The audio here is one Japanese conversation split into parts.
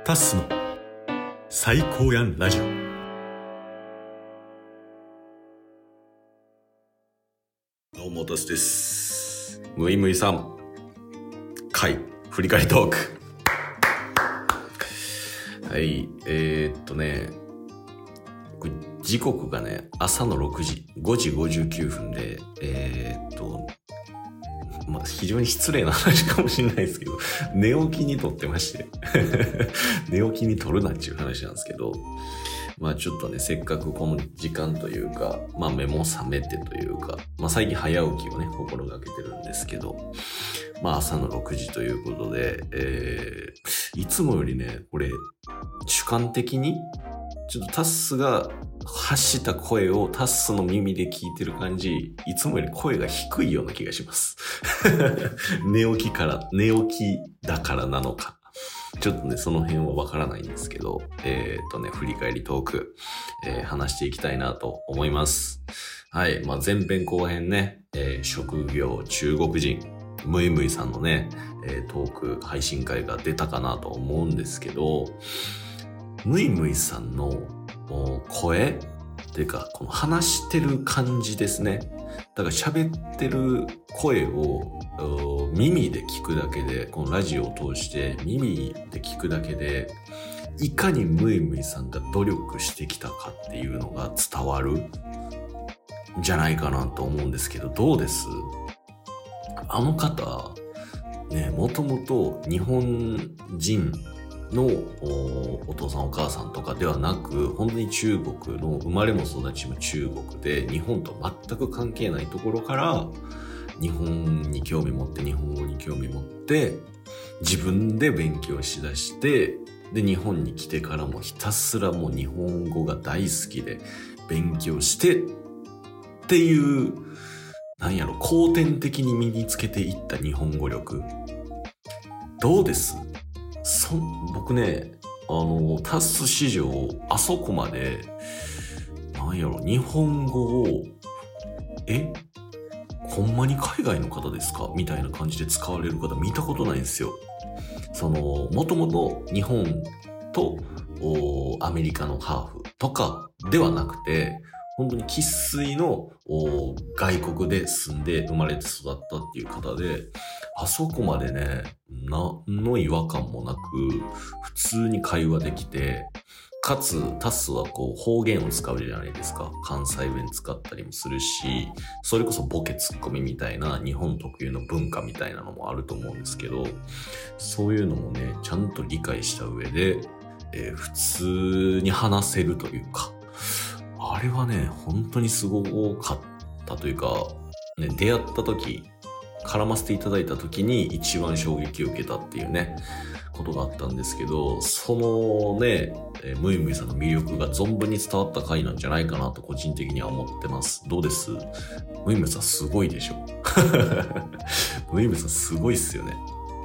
タッスの最高やんラジオ。どうもタッスです。むいむいさん回振り返りトーク。はい、これ時刻がね朝の6時5時59分で非常に失礼な話かもしれないですけど、寝起きに撮ってまして寝起きに撮るなっていう話なんですけど、ちょっとね、せっかくこの時間というか、目も覚めてというか、最近早起きをね心がけてるんですけど、朝の6時ということで、いつもよりねこれ主観的にちょっとタッスが発した声をタッスの耳で聞いてる感じ、いつもより声が低いような気がします寝起きだからなのかちょっとねその辺はわからないんですけど、振り返りトーク、話していきたいなと思います。はい、前編後編ね、職業中国人むいむいさんのね、トーク配信会が出たかなと思うんですけど、むいむいさんの声っていうかこの話してる感じですね。だから喋ってる声を耳で聞くだけで、このラジオを通して耳で聞くだけで、いかにむいむいさんが努力してきたかっていうのが伝わるんじゃないかなと思うんですけど、どうです？あの方ね、もともと日本人の お父さんお母さんとかではなく、本当に中国の生まれも育ちも中国で、日本と全く関係ないところから日本に興味持って、日本語に興味持って自分で勉強しだして、で日本に来てからもひたすらもう日本語が大好きで勉強してっていう、後天的に身につけていった日本語力、どうです？僕ね、タッス史上あそこまで日本語をほんまに海外の方ですかみたいな感じで使われる方見たことないんですよ。もともと日本とアメリカのハーフとかではなくて、本当に生粋の外国で住んで生まれて育ったっていう方で、あそこまでね何の違和感もなく普通に会話できて、かつタスは方言を使うじゃないですか。関西弁使ったりもするし、それこそボケツッコミみたいな日本特有の文化みたいなのもあると思うんですけど、そういうのもねちゃんと理解した上で、普通に話せるというか、あれはね本当にすごかったというか、ね、出会った時、絡ませていただいた時に一番衝撃を受けたっていうねことがあったんですけど、そのねむいむいさんの魅力が存分に伝わった回なんじゃないかなと個人的には思ってます。どうです？むいむいさんすごいでしょむいむいさんすごいっすよね。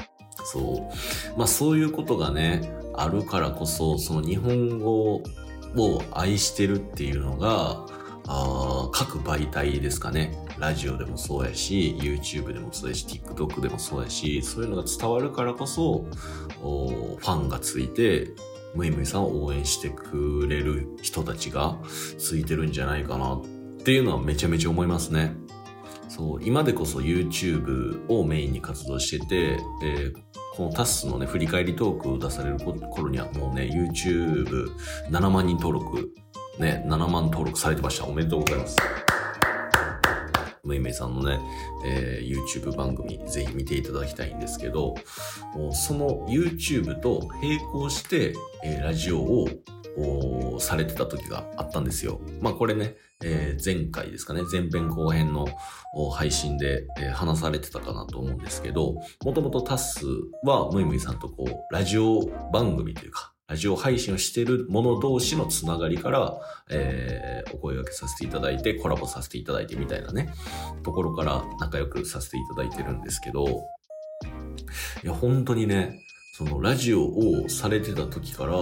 そういうことがねあるからこそ、その日本語を愛してるっていうのが各媒体ですかね。ラジオでもそうやし、YouTube でもそうやし、TikTok でもそうやし、そういうのが伝わるからこそファンがついて、むいむいさんを応援してくれる人たちがついてるんじゃないかなっていうのはめちゃめちゃ思いますね。今でこそ YouTube をメインに活動してて、このタスのね振り返りトークを出される頃にはもうね YouTube7 万人登録ね、7万登録されてました。おめでとうございます。むいむいさんのね、YouTube 番組ぜひ見ていただきたいんですけど、その YouTube と並行して、ラジオをされてた時があったんですよ。これね、前回ですかね、前編後編の配信で、話されてたかなと思うんですけど、もともとタスはむいむいさんとラジオ番組というかラジオ配信をしている者同士のつながりから、お声掛けさせていただいて、コラボさせていただいてみたいなねところから仲良くさせていただいてるんですけど、いや本当にね、そのラジオをされてた時から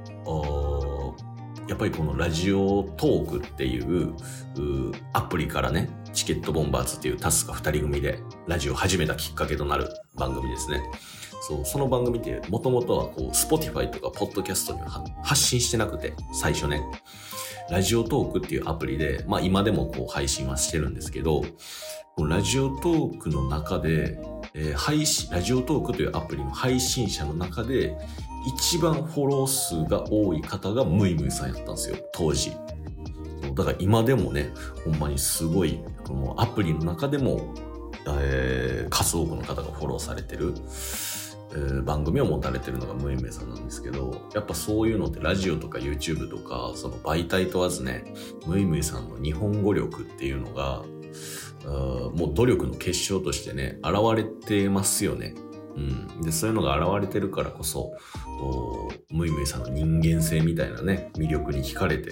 やっぱりこのラジオトークっていうアプリからね、チケットボンバーズっていうタスが2人組でラジオを始めたきっかけとなる番組ですね。 そう、その番組ってもともとはこう、Spotify とか Podcast には発信してなくて、最初ね、ラジオトークっていうアプリで、まあ今でもこう配信はしてるんですけど、このラジオトークの中で、ラジオトークというアプリの配信者の中で、一番フォロー数が多い方がムイムイさんやったんですよ、当時。だから今でもね、ほんまにすごい、このアプリの中でも、数多くの方がフォローされてる、番組を持たれてるのがムイムイさんなんですけど、やっぱそういうのってラジオとか YouTube とか、その媒体問わずね、ムイムイさんの日本語力っていうのが、もう努力の結晶としてね、現れてますよね。で、そういうのが現れてるからこそ、ムイムイさんの人間性みたいなね、魅力に惹かれて、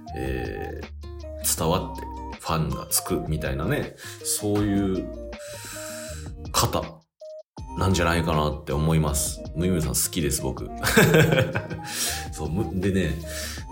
伝わってファンがつくみたいなね、そういう方なんじゃないかなって思います。ムイムイさん好きです、僕。そうでね、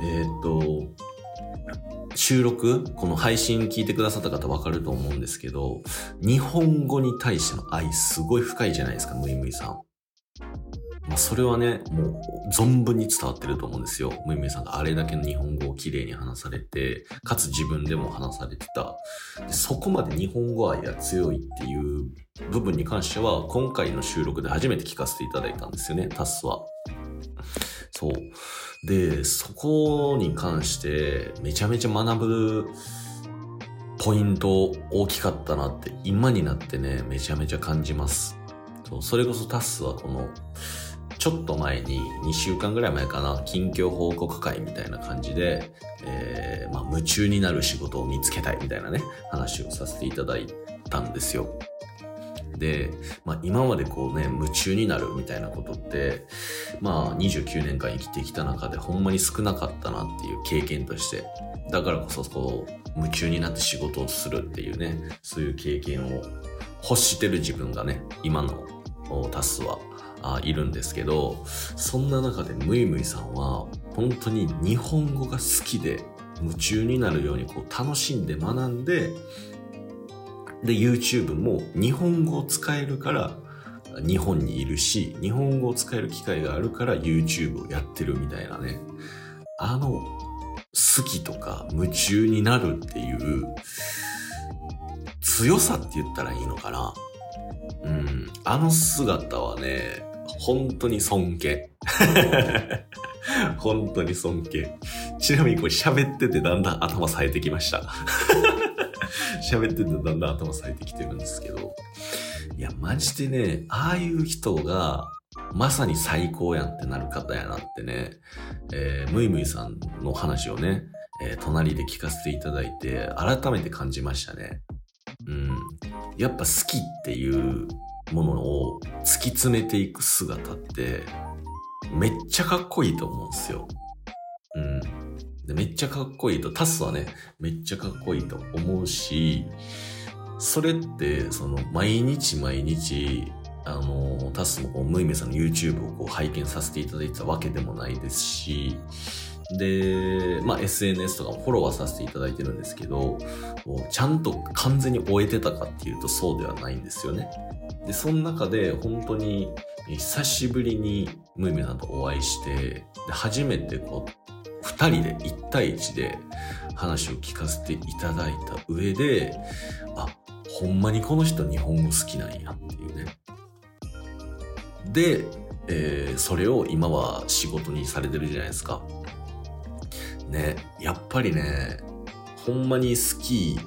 収録、この配信聞いてくださった方わかると思うんですけど、日本語に対しての愛すごい深いじゃないですか、ムイムイさん。まあ、それはね、もう存分に伝わってると思うんですよ。ムイムイさんがあれだけの日本語を綺麗に話されて、かつ自分でも話されてた。でそこまで日本語愛が強いっていう部分に関しては、今回の収録で初めて聞かせていただいたんですよね、タスは。そう。で、そこに関してめちゃめちゃ学ぶポイント大きかったなって今になってね、めちゃめちゃ感じます。そう、それこそタスはこの、ちょっと前に2週間ぐらい前かな、近況報告会みたいな感じで、まあ夢中になる仕事を見つけたいみたいなね、話をさせていただいたんですよ。で、まあ今までこうね、夢中になるみたいなことって、まあ29年間生きてきた中でほんまに少なかったなっていう経験として、だからこそこう、夢中になって仕事をするっていうね、そういう経験を欲してる自分がね、今のタスはいるんですけど、そんな中でムイムイさんは本当に日本語が好きで夢中になるようにこう楽しんで学んで、で YouTube も日本語を使えるから日本にいるし、日本語を使える機会があるから YouTube をやってるみたいなね、好きとか夢中になるっていう強さって言ったらいいのかな。あの姿はね、本当に尊敬。本当に尊敬。ちなみにこれ喋っててだんだん頭冴えてきました。喋っててだんだん頭冴えてきてるんですけど。いや、マジでね、ああいう人がまさに最高やんってなる方やなってね、ムイムイさんの話をね、隣で聞かせていただいて改めて感じましたね。やっぱ好きっていうものを突き詰めていく姿ってめっちゃかっこいいと思うんですよ。でめっちゃかっこいいと、タスはね、めっちゃかっこいいと思うし、それってその毎日毎日タスもこうムイメさんの YouTube をこう拝見させていただいてたわけでもないですし、で、まあ SNS とかもフォローはさせていただいてるんですけど、ちゃんと完全に終えてたかっていうとそうではないんですよね。で、その中で本当に久しぶりにムイメさんとお会いして、で初めてこう二人で1対1で話を聞かせていただいた上で、ほんまにこの人日本語好きなんやっていうね。で、それを今は仕事にされてるじゃないですか。ね、やっぱりね、ほんまに好き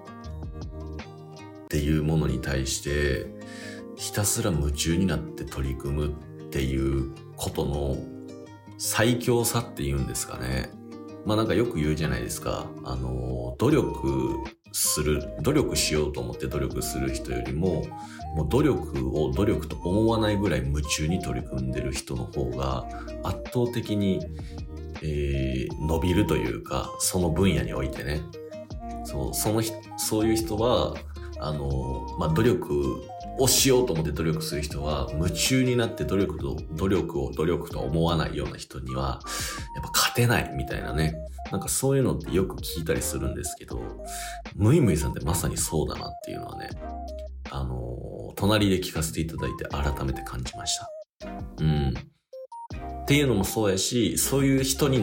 っていうものに対してひたすら夢中になって取り組むっていうことの最強さっていうんですかね。まあなんかよく言うじゃないですか。努力しようと思って努力する人よりも、もう努力を努力と思わないぐらい夢中に取り組んでる人の方が圧倒的に、伸びるというか、その分野においてね。そういう人は、まあ努力をしようと思って努力する人は夢中になって努力を努力と思わないような人にはやっぱ勝てないみたいなね、なんかそういうのってよく聞いたりするんですけど、ムイムイさんってまさにそうだなっていうのはね、 隣で聞かせていただいて改めて感じました。っていうのもそうやし、そういう人に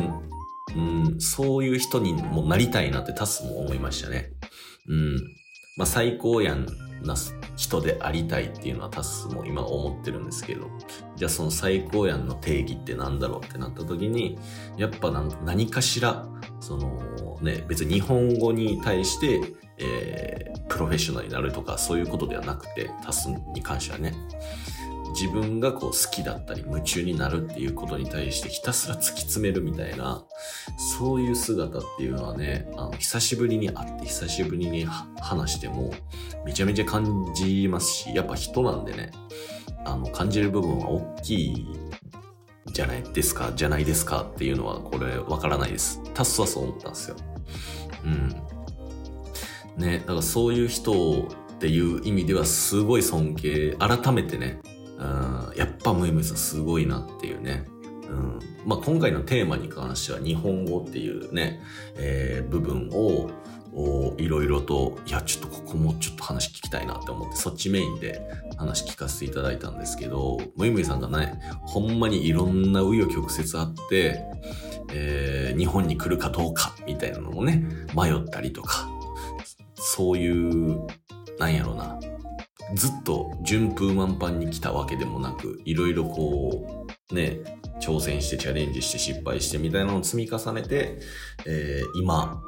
もなりたいなってタスも思いましたね。最高やんな人でありたいっていうのはタスも今思ってるんですけど、じゃあその最高やんの定義ってなんだろうってなった時に、やっぱ何かしら、別に日本語に対して、プロフェッショナルになるとかそういうことではなくて、タスに関してはね、自分が好きだったり夢中になるっていうことに対してひたすら突き詰めるみたいな、そういう姿っていうのはね、久しぶりに会って久しぶりに話してもめちゃめちゃ感じますし、やっぱ人なんでね、感じる部分は大きいじゃないですかっていうのはこれわからないです。タスはそう思ったんですよ。ね、だからそういう人っていう意味ではすごい尊敬、改めてね、やっぱムイムイさんすごいなっていうね。今回のテーマに関しては日本語っていうね、部分をいろいろと、ちょっとここもちょっと話聞きたいなって思って、そっちメインで話聞かせていただいたんですけど、ムイムイさんがね、ほんまにいろんな紆余曲折あって、日本に来るかどうかみたいなのもね、迷ったりとか、そういう、ずっと順風満帆に来たわけでもなく、いろいろ挑戦してチャレンジして失敗してみたいなのを積み重ねて、今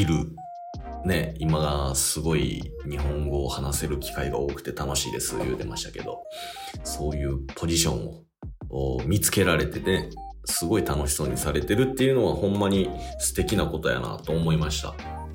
がすごい日本語を話せる機会が多くて楽しいです言うてましたけど、そういうポジションを見つけられてね、すごい楽しそうにされてるっていうのはほんまに素敵なことやなと思いました。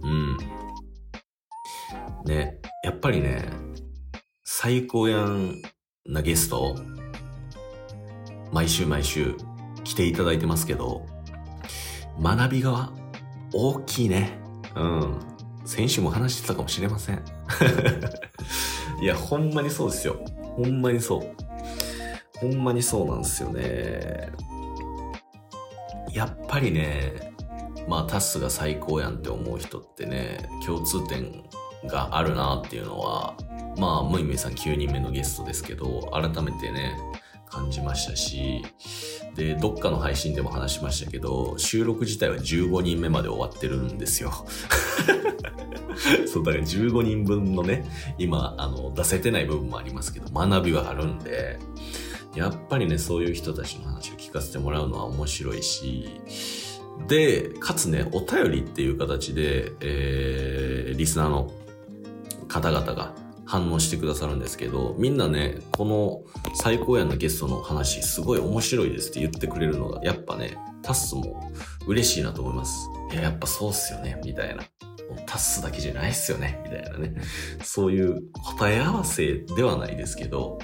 ね、やっぱりね、最高やんなゲスト毎週来ていただいてますけど、学びが大きいね。先週も話してたかもしれません。いや、ほんまにそうですよ。ほんまにそうなんですよね。やっぱりね、タスが最高やんって思う人ってね、共通点があるなっていうのは、ムイムイさん9人目のゲストですけど、改めてね、感じましたし、で、どっかの配信でも話しましたけど、収録自体は15人目まで終わってるんですよ。そう、だから15人分のね、今、出せてない部分もありますけど、学びはあるんで、やっぱりね、そういう人たちの話を聞かせてもらうのは面白いし、で、かつね、お便りっていう形で、リスナーの方々が反応してくださるんですけど、みんなね、この最高やんのゲストの話すごい面白いですって言ってくれるのが、やっぱね、タスも嬉しいなと思います。やっぱそうっすよね、みたいな。タスだけじゃないっすよね、みたいなね。そういう答え合わせではないですけど、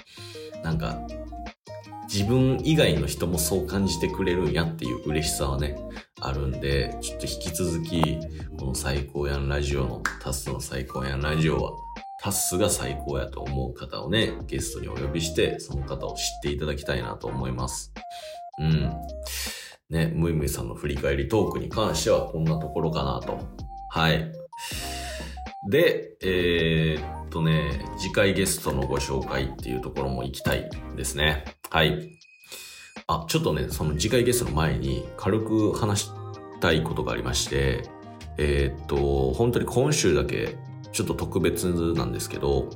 自分以外の人もそう感じてくれるんやっていう嬉しさはね、あるんで、ちょっと引き続き、この最高やんラジオの、タスの最高やんラジオは、タスが最高やと思う方をね、ゲストにお呼びして、その方を知っていただきたいなと思います。ね、ムイムイさんの振り返りトークに関してはこんなところかなと。はい。で、次回ゲストのご紹介っていうところも行きたいですね。はい。ちょっとね、その次回ゲストの前に軽く話したいことがありまして、本当に今週だけちょっと特別なんですけど、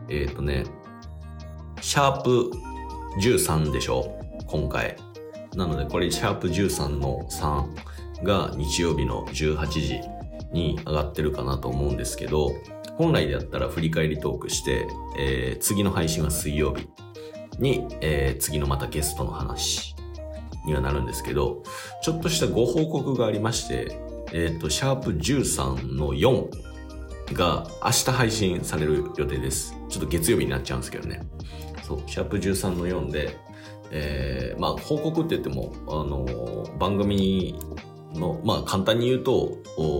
シャープ13でしょ今回。なのでこれシャープ13の3が日曜日の18時に上がってるかなと思うんですけど、本来であったら振り返りトークして、次の配信は水曜日に、次のまたゲストの話にはなるんですけど、ちょっとしたご報告がありまして、シャープ13の4が明日配信される予定です。ちょっと月曜日になっちゃうんですけどね。そう、シャープ13の4で、報告って言っても、番組の、簡単に言うと、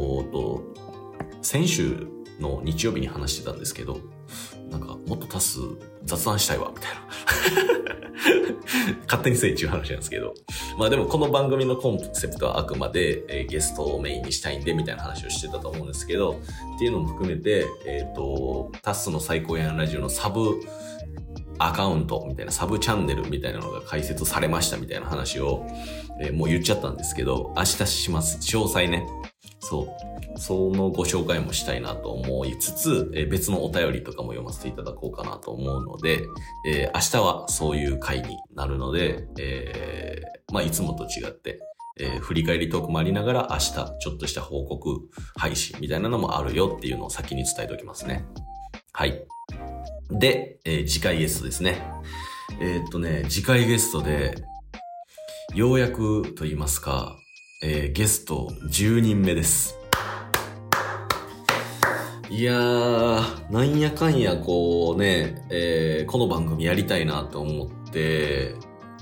先週の日曜日に話してたんですけど、もっとタス雑談したいわ、みたいな勝手にせいっていう話なんですけど。まあでもこの番組のコンセプトはあくまで、ゲストをメインにしたいんでみたいな話をしてたと思うんですけど、っていうのも含めて、タスの最高やんラジオのサブアカウントみたいな、サブチャンネルみたいなのが開設されましたみたいな話を、もう言っちゃったんですけど、明日します。詳細ね。そのご紹介もしたいなと思いつつ、別のお便りとかも読ませていただこうかなと思うので、明日はそういう回になるので、まあいつもと違って、振り返りトークもありながら明日ちょっとした報告配信みたいなのもあるよっていうのを先に伝えておきますね。はい。で、次回ゲストですね。次回ゲストで、ようやくと言いますか、ゲスト10人目です。いやー、なんやかんやこうね、この番組やりたいなと思って、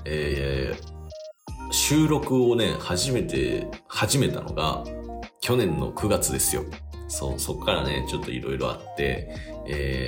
収録をね、始めたのが去年の9月ですよ。そっからね、ちょっといろいろあって、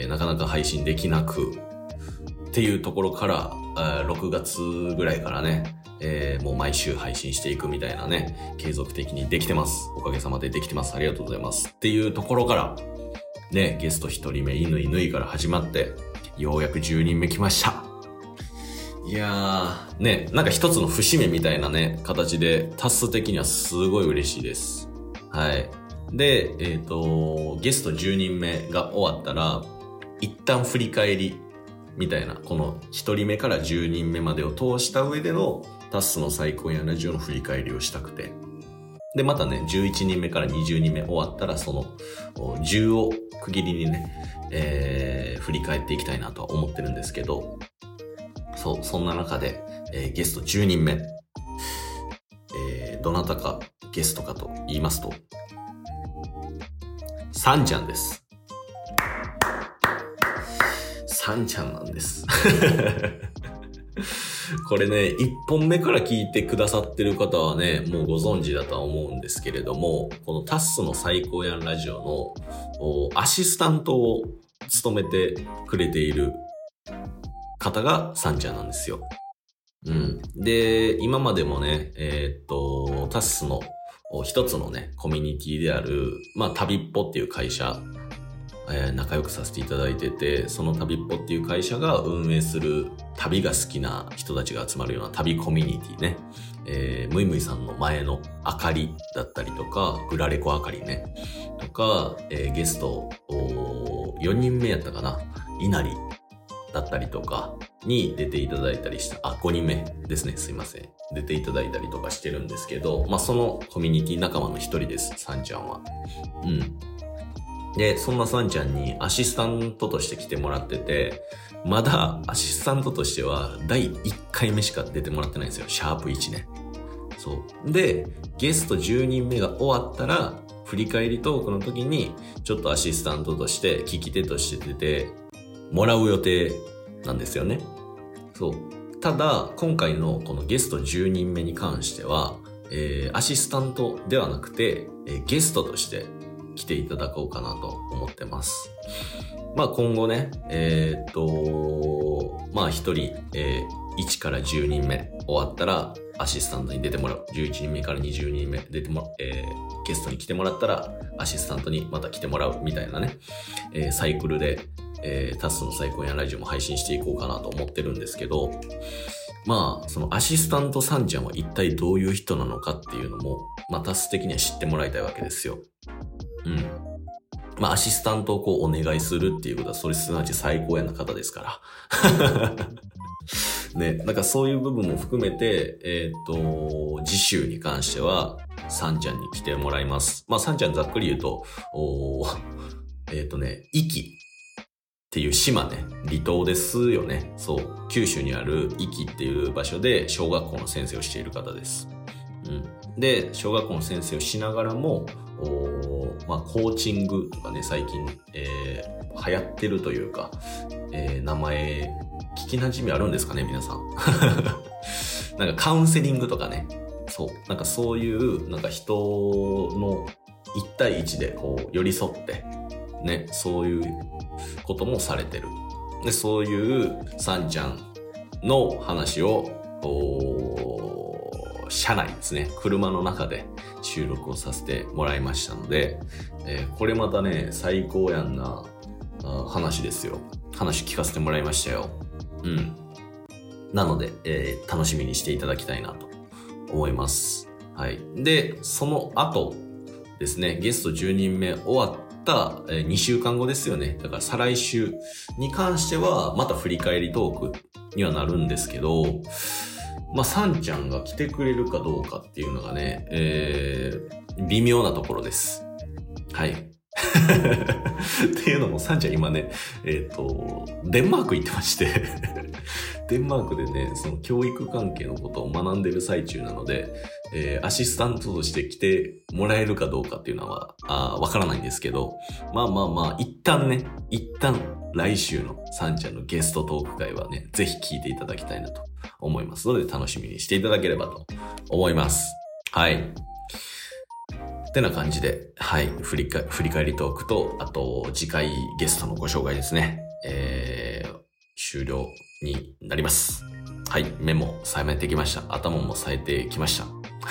なかなか配信できなくっていうところから、6月ぐらいからね、もう毎週配信していくみたいなね、継続的にできてます。おかげさまでできてます。ありがとうございます。っていうところから、ね、ゲスト1人目、犬から始まって、ようやく10人目来ました。いやー、ね、なんか一つの節目みたいなね、形で、タス的にはすごい嬉しいです。はい。で、ゲスト10人目が終わったら、一旦振り返りみたいな、この1人目から10人目までを通した上でのタスの最高やラジオの振り返りをしたくて。で、またね、11人目から20人目終わったら、その10を区切りにね、振り返っていきたいなとは思ってるんですけど、そんな中で、ゲスト10人目、どなたかゲストかと言いますと、サンちゃんです。サンちゃんなんです。これね、1本目から聞いてくださってる方はね、もうご存知だとは思うんですけれども、このタッスの最高やんラジオのアシスタントを務めてくれている方がサンちゃんなんですよ。うん。で、今までもね、タッスの一つのね、コミュニティである、まあ、旅っぽっていう会社、仲良くさせていただいてて、その旅っぽっていう会社が運営する旅が好きな人たちが集まるような旅コミュニティね。むいむいさんの前のあかりだったりとか、グラレコあかりね。とか、ゲスト、4人目やったかな。稲荷だったりとかに出ていただいたりした、5人目ですね。すいません。出ていただいたりとかしてるんですけど、まあ、そのコミュニティ仲間の一人です、サンちゃんは。うん。で、そんなサンちゃんにアシスタントとして来てもらってて、まだアシスタントとしては第1回目しか出てもらってないんですよ。シャープ1ね。そう。で、ゲスト10人目が終わったら、振り返りトークの時に、ちょっとアシスタントとして、聞き手として出てもらう予定なんですよね。そう。ただ、今回のこのゲスト10人目に関しては、アシスタントではなくて、ゲストとして来ていただこうかなと思ってます。まあ今後ね、まあ一人、1から10人目終わったらアシスタントに出てもらう。11人目から20人目出てゲストに来てもらったらアシスタントにまた来てもらうみたいなね、サイクルで、タスの最高やラジオも配信していこうかなと思ってるんですけど、まあそのアシスタントさんちゃんは一体どういう人なのかっていうのも、まあタス的には知ってもらいたいわけですよ。うん。まあ、アシスタントをこうお願いするっていうことは、それすなわち最高やな方ですから。ね、なんかそういう部分も含めて、次週に関しては、サンちゃんに来てもらいます。まあ、サンちゃんざっくり言うと、壱岐っていう島ね、離島ですよね。そう、九州にある壱岐っていう場所で小学校の先生をしている方です。うん。で、小学校の先生をしながらも、まあ、コーチングとかね、最近、流行ってるというか、名前、聞き馴染みあるんですかね、皆さん。なんかカウンセリングとかね、そう、なんかそういう、なんか人の一対一でこう、寄り添って、ね、そういうこともされてる。で、そういうサンちゃんの話を、車内ですね、車の中で収録をさせてもらいましたので、これまたね、最高やんな話ですよ。話聞かせてもらいましたよ。なので、楽しみにしていただきたいなと思います。はい。で、その後ですね、ゲスト10人目終わった2週間後ですよね。だから再来週に関してはまた振り返りトークにはなるんですけど、サンちゃんが来てくれるかどうかっていうのがね、微妙なところです。はい。っていうのもサンちゃん今ね、デンマーク行ってましてデンマークでね、その教育関係のことを学んでる最中なので、アシスタントとして来てもらえるかどうかっていうのはわからないんですけど、一旦来週のサンちゃんのゲストトーク会はね、ぜひ聞いていただきたいなと思いますので、楽しみにしていただければと思います。はい。ってな感じで、はい、振り返りトークと、あと次回ゲストのご紹介ですね、終了になります。はい、目も冴めてきました。頭も冴えてきました。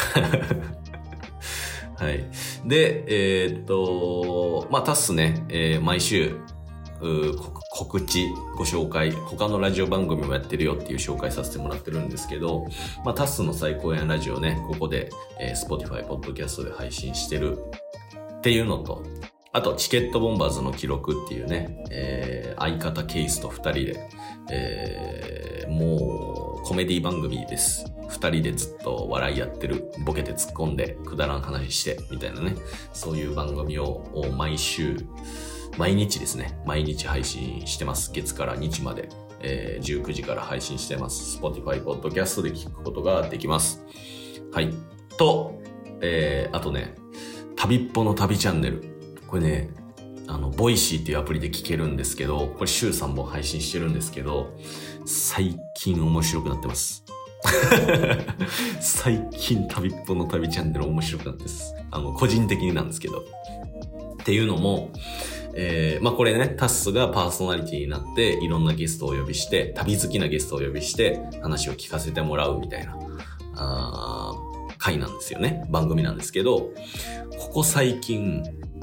はい。で、タッスね、毎週、告知、ご紹介、他のラジオ番組もやってるよっていう紹介させてもらってるんですけど、タスの最高やラジオね、ここで、Spotify、Podcast で配信してるっていうのと、あと、チケットボンバーズの記録っていうね、相方ケイスと二人で、もう、コメディ番組です。二人でずっと笑いやってる、ボケて突っ込んで、くだらん話して、みたいなね、そういう番組を毎日ですね。毎日配信してます。月から日まで、19時から配信してます。Spotify、Podcast で聞くことができます。はい。と、あとね、旅っぽの旅チャンネル。これね、ボイシーっていうアプリで聞けるんですけど、これ週3本配信してるんですけど、最近面白くなってます。最近旅っぽの旅チャンネル面白くなってます。個人的になんですけど。っていうのも、これね、タッスがパーソナリティになって、いろんなゲストをお呼びして、旅好きなゲストをお呼びして、話を聞かせてもらうみたいな、回なんですよね。番組なんですけど、ここ最近、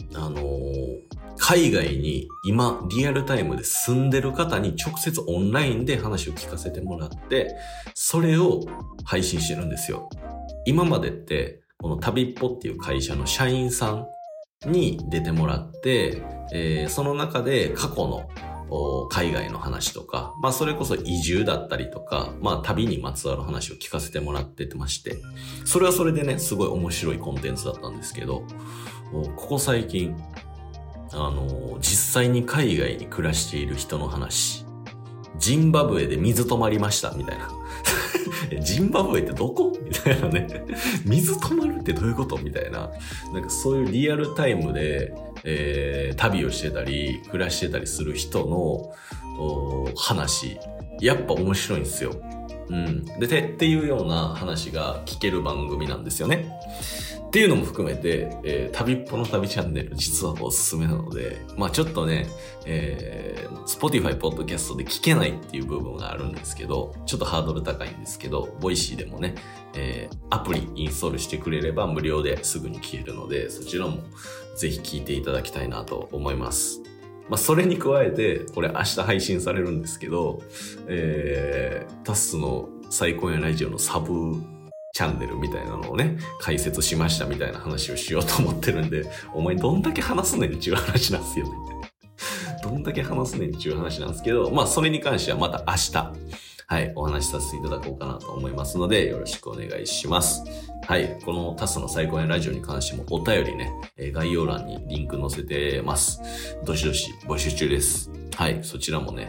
海外に今、リアルタイムで住んでる方に直接オンラインで話を聞かせてもらって、それを配信してるんですよ。今までって、この旅っぽっていう会社の社員さんに出てもらって、その中で過去の海外の話とか、それこそ移住だったりとか、旅にまつわる話を聞かせてもらってまして、それはそれでね、すごい面白いコンテンツだったんですけど、ここ最近、実際に海外に暮らしている人の話、ジンバブエで水止まりましたみたいな。ジンバブエってどこみたいなね。水止まるってどういうことみたいな。なんかそういうリアルタイムで、旅をしてたり、暮らしてたりする人の話、やっぱ面白いんですよ。っていうような話が聞ける番組なんですよね。っていうのも含めて、旅っぽの旅チャンネル実はおすすめなので、ちょっとね、Spotify Podcast で聞けないっていう部分があるんですけど、ちょっとハードル高いんですけど、ボイシーでもね、アプリインストールしてくれれば無料ですぐに聞けるので、そちらもぜひ聞いていただきたいなと思います。それに加えて、これ明日配信されるんですけど、タスの最高やラジオのサブチャンネルみたいなのをね、解説しましたみたいな話をしようと思ってるんで、お前どんだけ話すねんっていう話なんですよね。どんだけ話すねんっていう話なんですけど、それに関してはまた明日、はい、お話しさせていただこうかなと思いますので、よろしくお願いします。はい、このタスの最高やラジオに関してもお便りね、概要欄にリンク載せてます。どしどし募集中です。はい、そちらもね、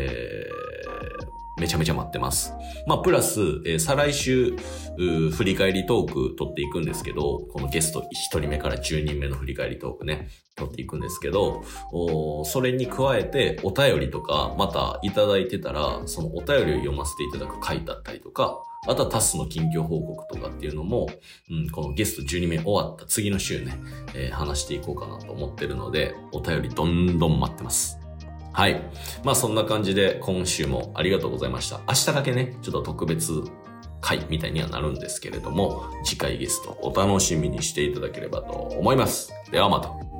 めちゃめちゃ待ってます。プラス、再来週、振り返りトーク撮っていくんですけど、このゲスト1人目から10人目の振り返りトークね、撮っていくんですけど、それに加えてお便りとか、またいただいてたら、そのお便りを読ませていただく回だったりとか、あとはタスの近況報告とかっていうのも、このゲスト12名終わった次の週ね、話していこうかなと思ってるので、お便りどんどん待ってます。 はい。まあそんな感じで今週もありがとうございました。明日だけね、ちょっと特別回みたいにはなるんですけれども、次回ゲストお楽しみにしていただければと思います。ではまた。